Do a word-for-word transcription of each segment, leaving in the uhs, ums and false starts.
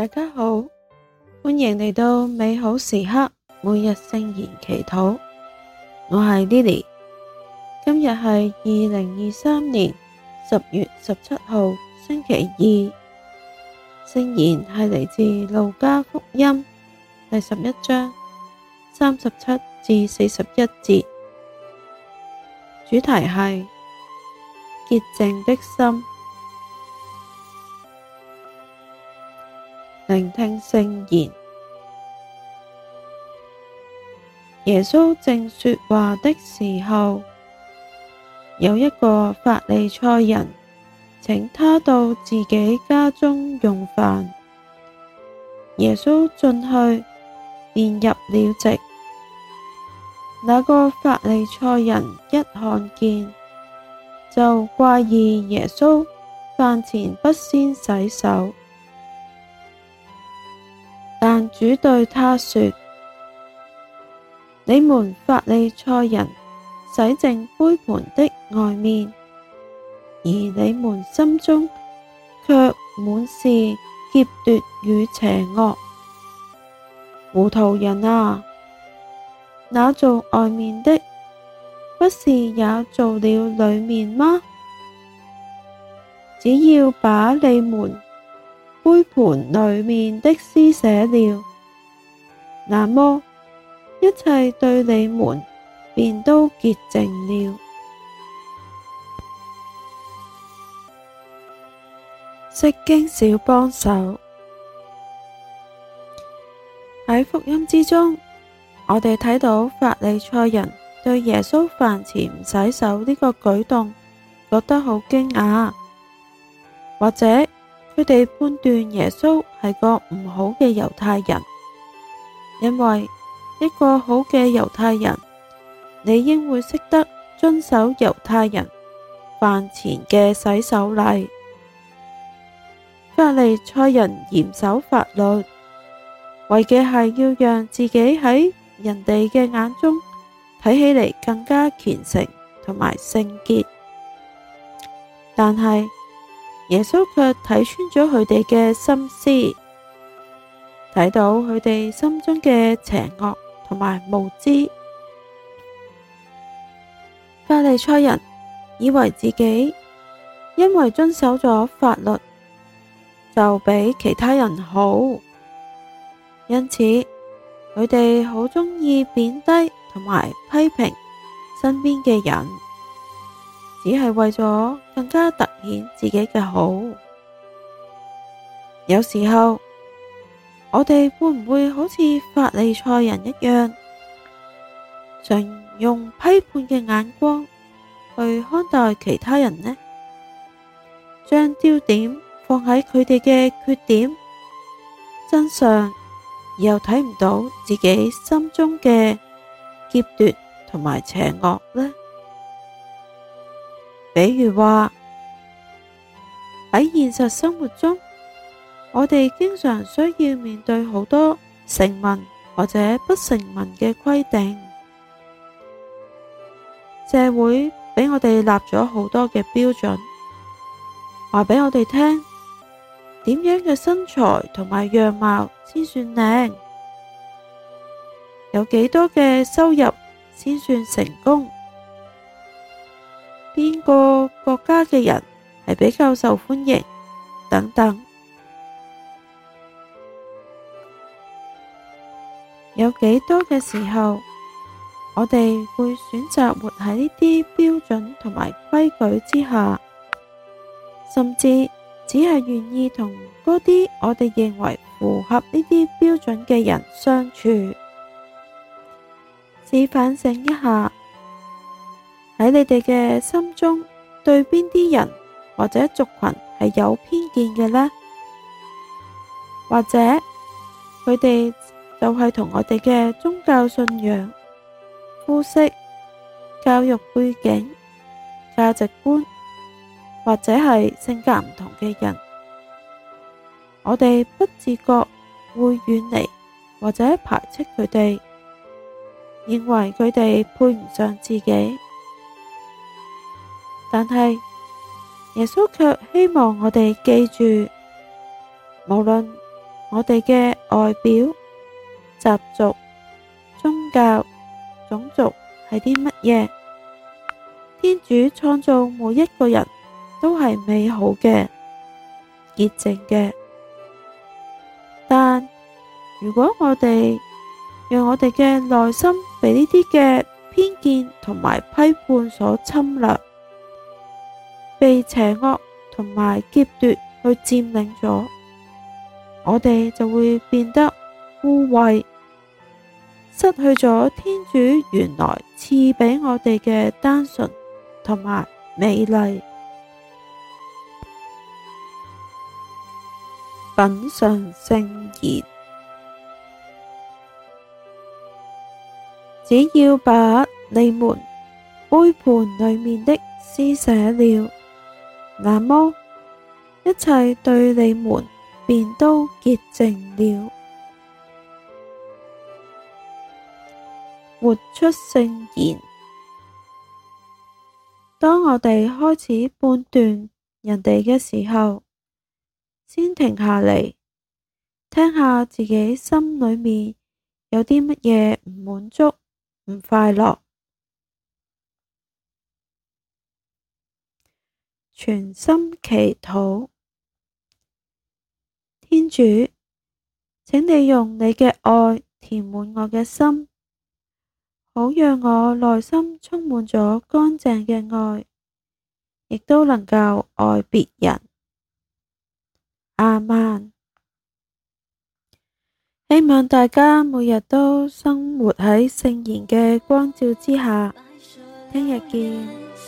大家好，歡迎嚟到美好時刻每日聖言祈禱。我係 Lily， 今日係二零二三年十月十七號星期二。聖言係嚟自路加福音第十一章三十七至四十一節，主題係潔淨的心。聆聽聖言。耶穌正說話的時候，有一個法利賽人請他到自己家中用飯。耶穌進去，便入了席。那個法利賽人一看見，就怪異耶穌飯前不先洗手。但主對他說：你們法利賽人洗淨杯盤的外面，而你們心中卻滿是劫奪與邪惡。糊塗人啊！那造外面的，不是也造了裡面嗎？只要把你們杯盤裡面的施捨了，那麼一切對你們便都潔淨了。釋經小幫手。喺福音之中，我哋睇到法利賽人對耶穌飯前唔洗手呢個舉動覺得好驚訝，或者佢哋判斷耶穌係個唔好嘅猶太人，因為一個好嘅猶太人理應會識得遵守猶太人飯前嘅洗手禮。法利賽人嚴守法律，為嘅係要讓自己喺人哋嘅眼中睇起嚟更加虔誠同埋聖潔，但係耶穌卻睇穿咗佢哋嘅心思，睇到佢哋心中嘅邪惡同埋無知。法利賽人以為自己因為遵守咗法律，就比其他人好，因此佢哋好鍾意貶低同埋批評身邊嘅人，只係為咗更加凸顯自己嘅好。有時候我哋會唔會好似法利賽人一樣，常用批判嘅眼光去看待其他人呢？將焦點放喺佢哋嘅缺點身上，而又睇唔到自己心中嘅劫奪同埋邪惡呢？比如話喺現實生活中，我哋經常需要面對好多成文或者不成文嘅規定，社會俾我哋立咗好多嘅標準，話俾我哋聽點樣嘅身材同埋樣貌先算靚，有幾多嘅收入先算成功，邊個國家嘅人係比較受歡迎等等。有幾多嘅時候，我哋會選擇活喺呢啲標準同埋規矩之下，甚至只係願意同嗰啲我哋認為符合呢啲標準嘅人相處。試反省一下，喺你哋嘅心中，對邊啲人或者族群係有偏見嘅呢？或者佢哋就係同我哋嘅宗教信仰、膚色、教育背景、價值觀或者係性格唔同嘅人，我哋不自覺會遠離或者排斥佢哋，認為佢哋配唔上自己。但係耶穌卻希望我哋記住，無論我哋嘅外表、習俗、宗教、種族係啲乜嘢。天主創造每一個人都係美好嘅、潔淨嘅，但如果我哋讓我哋嘅內心被呢啲嘅偏見同埋批判所侵略，被邪惡同埋劫奪去佔領咗，我哋就會變得污穢，失去咗天主原來賜俾我哋嘅單純同埋美麗。品嚐聖言。只要把你們杯盤裡面的施捨了，那麼一切對你們便都潔淨了。活出聖言。當我哋開始判斷人哋嘅時候，先停下嚟，聽下自己心裡面有啲乜嘢唔滿足、唔快樂。全心祈禱。天主，請你用你嘅愛填滿我嘅心，好讓我內心充滿咗乾淨嘅愛，亦都能夠愛別人。阿們。希望大家每日都生活喺聖言嘅光照之下。聽日見。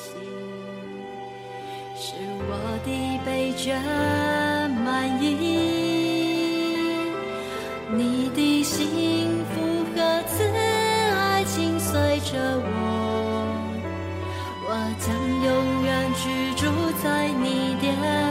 使我的杯斟滿溢，你的幸福和慈愛緊隨着我，我將永遠居住在你殿。